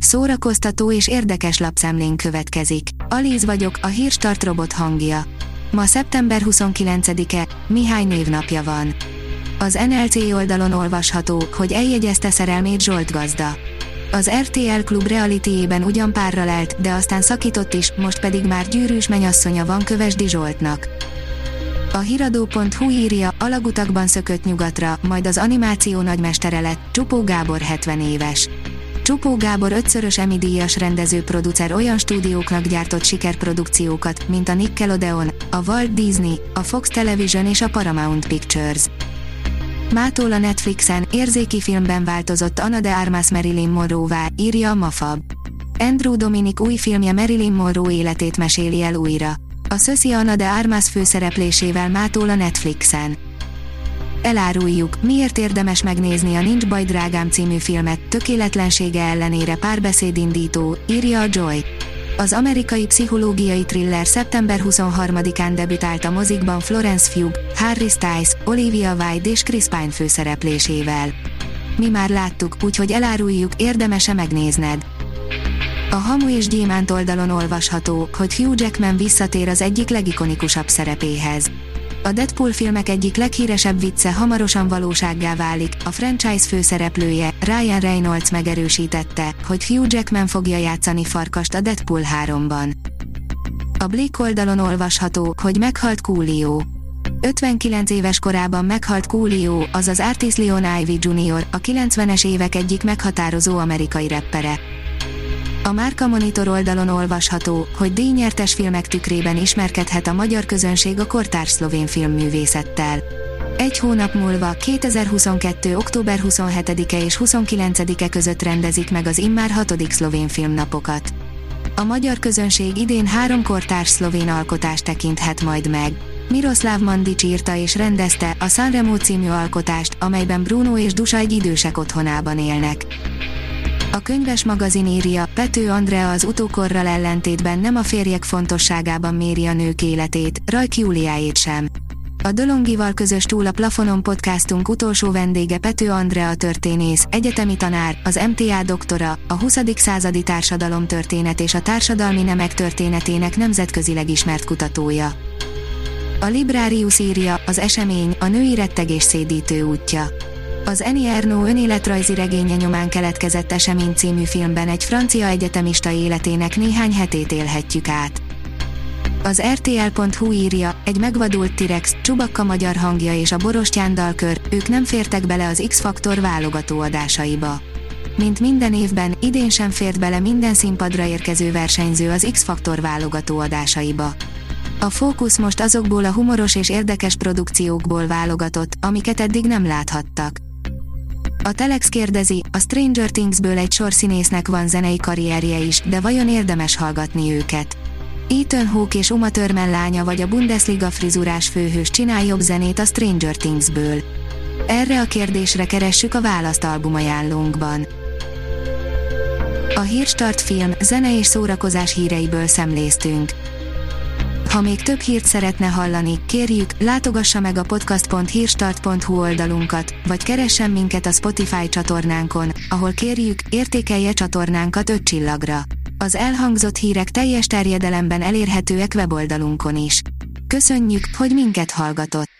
szórakoztató és érdekes lapszemlén következik. Alíz vagyok, a Hírstart robot hangja. Ma szeptember 29-e, Mihály névnapja van. Az NLC oldalon olvasható, hogy eljegyezte szerelmét Zsolt gazda. Az RTL Klub realityében ugyan párra lelt, de aztán szakított is, most pedig már gyűrűs menyasszonya van Kövesdi Zsoltnak. A hiradó.hu írja, alagutakban szökött nyugatra, majd az animáció nagymestere lett, Csupó Gábor 70 éves. Csupó Gábor 5-szörös Emmy-díjas rendező-producer olyan stúdióknak gyártott sikerprodukciókat, mint a Nickelodeon, a Walt Disney, a Fox Television és a Paramount Pictures. Mától a Netflixen érzéki filmben változott Ana de Armas Marilyn Monroe-vá, írja a Mafab. Andrew Dominik új filmje Marilyn Monroe életét meséli el újra. A szöszi Ana de Armas főszereplésével mától a Netflixen. Eláruljuk, miért érdemes megnézni a Nincs baj drágám című filmet, tökéletlensége ellenére párbeszédindító, írja a Joy. Az amerikai pszichológiai thriller szeptember 23-án debütált a mozikban Florence Pugh, Harry Styles, Olivia Wilde és Chris Pine főszereplésével. Mi már láttuk, úgyhogy eláruljuk, érdemes-e megnézned. A Hamu és Gyémánt oldalon olvasható, hogy Hugh Jackman visszatér az egyik legikonikusabb szerepéhez. A Deadpool filmek egyik leghíresebb vicce hamarosan valósággá válik, a franchise főszereplője, Ryan Reynolds megerősítette, hogy Hugh Jackman fogja játszani Farkast a Deadpool 3-ban. A Blick oldalon olvasható, hogy meghalt Coolio. 59 éves korában meghalt Coolio, azaz Artis Leon Ivy Jr., a 90-es évek egyik meghatározó amerikai rappere. A Márka Monitor oldalon olvasható, hogy díjnyertes filmek tükrében ismerkedhet a magyar közönség a kortárs szlovén filmművészettel. Egy hónap múlva, 2022. október 27-e és 29-e között rendezik meg az immár 6. szlovén filmnapokat. A magyar közönség idén 3 kortárs szlovén alkotást tekinthet majd meg. Miroslav Mandic írta és rendezte a Sanremo című alkotást, amelyben Bruno és Dusa egy idősek otthonában élnek. A Könyves magazin írja, Pető Andrea az utókorral ellentétben nem a férjek fontosságában méri a nők életét, Rajk Júliáét sem. A Dolongival közös Túl a plafonon podcastunk utolsó vendége Pető Andrea történész, egyetemi tanár, az MTA doktora, a 20. századi társadalomtörténet és a társadalmi nemek történetének nemzetközileg ismert kutatója. A Librarius írja, az esemény, a női rettegés szédítő útja. Az Annie Ernaux önéletrajzi regénye nyomán keletkezett Esemény című filmben egy francia egyetemista életének néhány hetét élhetjük át. Az RTL.hu írja, egy megvadult T-rex, Csubakka magyar hangja és a Borostyán dalkör, ők nem fértek bele az X-faktor válogató adásaiba. Mint minden évben, idén sem fért bele minden színpadra érkező versenyző az X-faktor válogató adásaiba. A fókusz most azokból a humoros és érdekes produkciókból válogatott, amiket eddig nem láthattak. A Telex kérdezi, a Stranger Thingsből egy sor színésznek van zenei karrierje is, de vajon érdemes hallgatni őket? Ethan Hawke és Uma Thurman lánya vagy a Bundesliga frizurás főhős csinál jobb zenét a Stranger Thingsből? Erre a kérdésre keressük a választ albumajánlónkban. A Hírstart film, zene és szórakozás híreiből szemléztünk. Ha még több hírt szeretne hallani, kérjük, látogassa meg a podcast.hírstart.hu oldalunkat, vagy keressen minket a Spotify csatornánkon, ahol kérjük, értékelje csatornánkat 5 csillagra. Az elhangzott hírek teljes terjedelemben elérhetőek weboldalunkon is. Köszönjük, hogy minket hallgatott!